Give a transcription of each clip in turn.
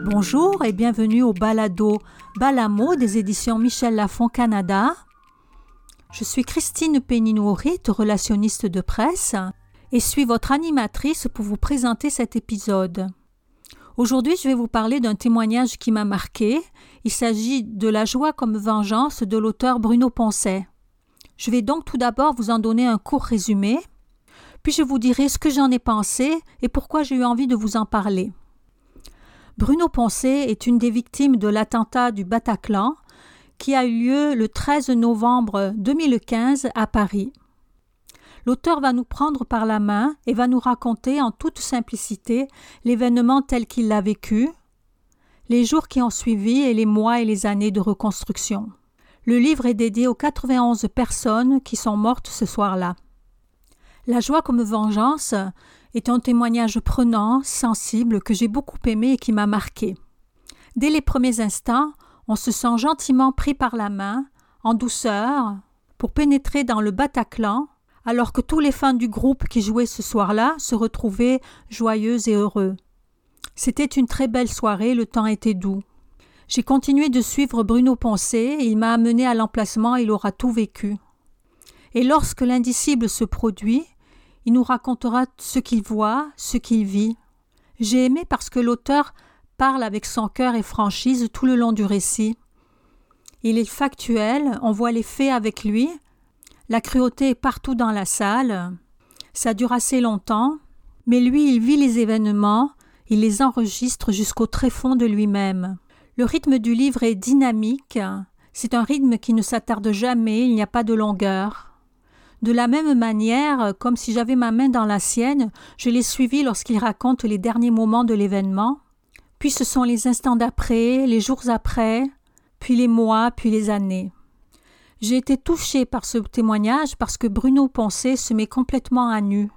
Bonjour et bienvenue au balado Balamo des éditions Michel Lafon Canada. Je suis Christine Péninourit, relationniste de presse, et suis votre animatrice pour vous présenter cet épisode. Aujourd'hui, je vais vous parler d'un témoignage qui m'a marqué. Il s'agit de La joie comme vengeance de l'auteur Bruno Poncet. Je vais donc tout d'abord vous en donner un court résumé, puis je vous dirai ce que j'en ai pensé et pourquoi j'ai eu envie de vous en parler. Bruno Poncet est une des victimes de l'attentat du Bataclan qui a eu lieu le 13 novembre 2015 à Paris. L'auteur va nous prendre par la main et va nous raconter en toute simplicité l'événement tel qu'il l'a vécu, les jours qui ont suivi et les mois et les années de reconstruction. Le livre est dédié aux 91 personnes qui sont mortes ce soir-là. La joie comme vengeance est un témoignage prenant, sensible, que j'ai beaucoup aimé et qui m'a marqué. Dès les premiers instants, on se sent gentiment pris par la main, en douceur, pour pénétrer dans le Bataclan, alors que tous les fans du groupe qui jouaient ce soir-là se retrouvaient joyeux et heureux. C'était une très belle soirée, le temps était doux. J'ai continué de suivre Bruno Poncet et il m'a amené à l'emplacement, il aura tout vécu. Et lorsque l'indicible se produit, il nous racontera ce qu'il voit, ce qu'il vit. J'ai aimé parce que l'auteur parle avec son cœur et franchise tout le long du récit. Il est factuel, on voit les faits avec lui. La cruauté est partout dans la salle. Ça dure assez longtemps, mais lui, il vit les événements, il les enregistre jusqu'au tréfonds de lui-même. Le rythme du livre est dynamique. C'est un rythme qui ne s'attarde jamais, il n'y a pas de longueur. De la même manière, comme si j'avais ma main dans la sienne, je l'ai suivi lorsqu'il raconte les derniers moments de l'événement. Puis ce sont les instants d'après, les jours après, puis les mois, puis les années. J'ai été touchée par ce témoignage parce que Bruno Poncet se met complètement à nu.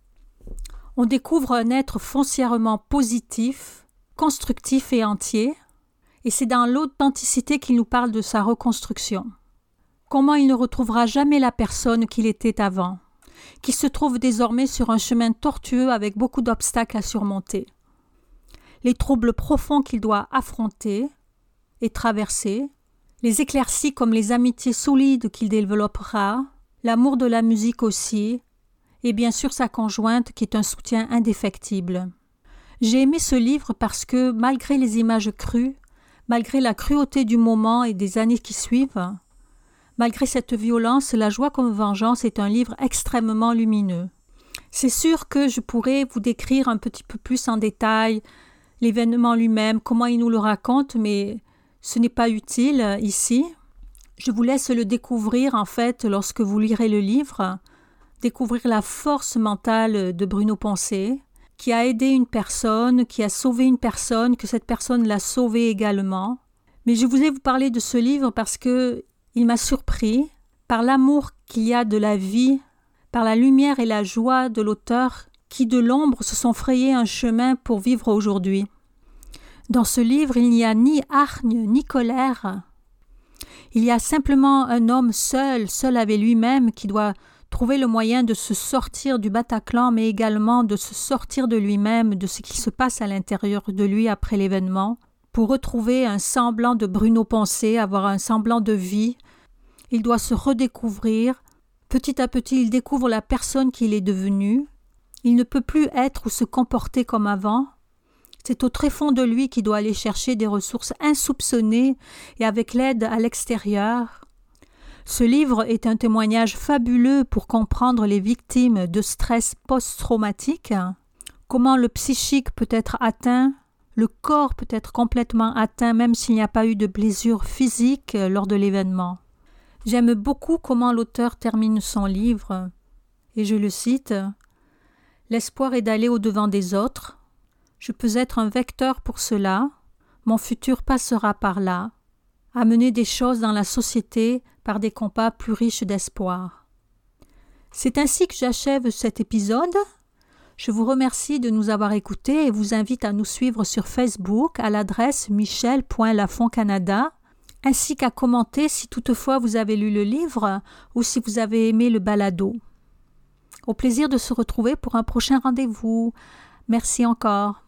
On découvre un être foncièrement positif, constructif et entier, et c'est dans l'authenticité qu'il nous parle de sa reconstruction. Comment il ne retrouvera jamais la personne qu'il était avant, qui se trouve désormais sur un chemin tortueux avec beaucoup d'obstacles à surmonter. Les troubles profonds qu'il doit affronter et traverser, les éclaircies comme les amitiés solides qu'il développera, l'amour de la musique aussi, et bien sûr sa conjointe qui est un soutien indéfectible. J'ai aimé ce livre parce que, malgré les images crues, malgré la cruauté du moment et des années qui suivent, malgré cette violence, La joie comme vengeance est un livre extrêmement lumineux. C'est sûr que je pourrais vous décrire un petit peu plus en détail l'événement lui-même, comment il nous le raconte, mais ce n'est pas utile ici. Je vous laisse le découvrir en fait lorsque vous lirez le livre, découvrir la force mentale de Bruno Poncet, qui a aidé une personne, qui a sauvé une personne, que cette personne l'a sauvée également. Mais je voulais vous parler de ce livre parce que il m'a surpris par l'amour qu'il y a de la vie, par la lumière et la joie de l'auteur qui, de l'ombre, se sont frayés un chemin pour vivre aujourd'hui. Dans ce livre, il n'y a ni hargne ni colère. Il y a simplement un homme seul avec lui-même, qui doit trouver le moyen de se sortir du Bataclan, mais également de se sortir de lui-même, de ce qui se passe à l'intérieur de lui après l'événement, pour retrouver un semblant de Bruno Poncet, avoir un semblant de vie. Il doit se redécouvrir. Petit à petit, il découvre la personne qu'il est devenu. Il ne peut plus être ou se comporter comme avant. C'est au tréfonds de lui qu'il doit aller chercher des ressources insoupçonnées et avec l'aide à l'extérieur. Ce livre est un témoignage fabuleux pour comprendre les victimes de stress post-traumatique, comment le psychique peut être atteint, le corps peut être complètement atteint même s'il n'y a pas eu de blessure physique lors de l'événement. J'aime beaucoup comment l'auteur termine son livre, et je le cite « L'espoir est d'aller au-devant des autres. Je peux être un vecteur pour cela. Mon futur passera par là. Amener des choses dans la société par des combats plus riches d'espoir. » C'est ainsi que j'achève cet épisode. Je vous remercie de nous avoir écoutés et vous invite à nous suivre sur Facebook à l'adresse michel.lafoncanada, ainsi qu'à commenter si toutefois vous avez lu le livre ou si vous avez aimé le balado. Au plaisir de se retrouver pour un prochain rendez-vous. Merci encore.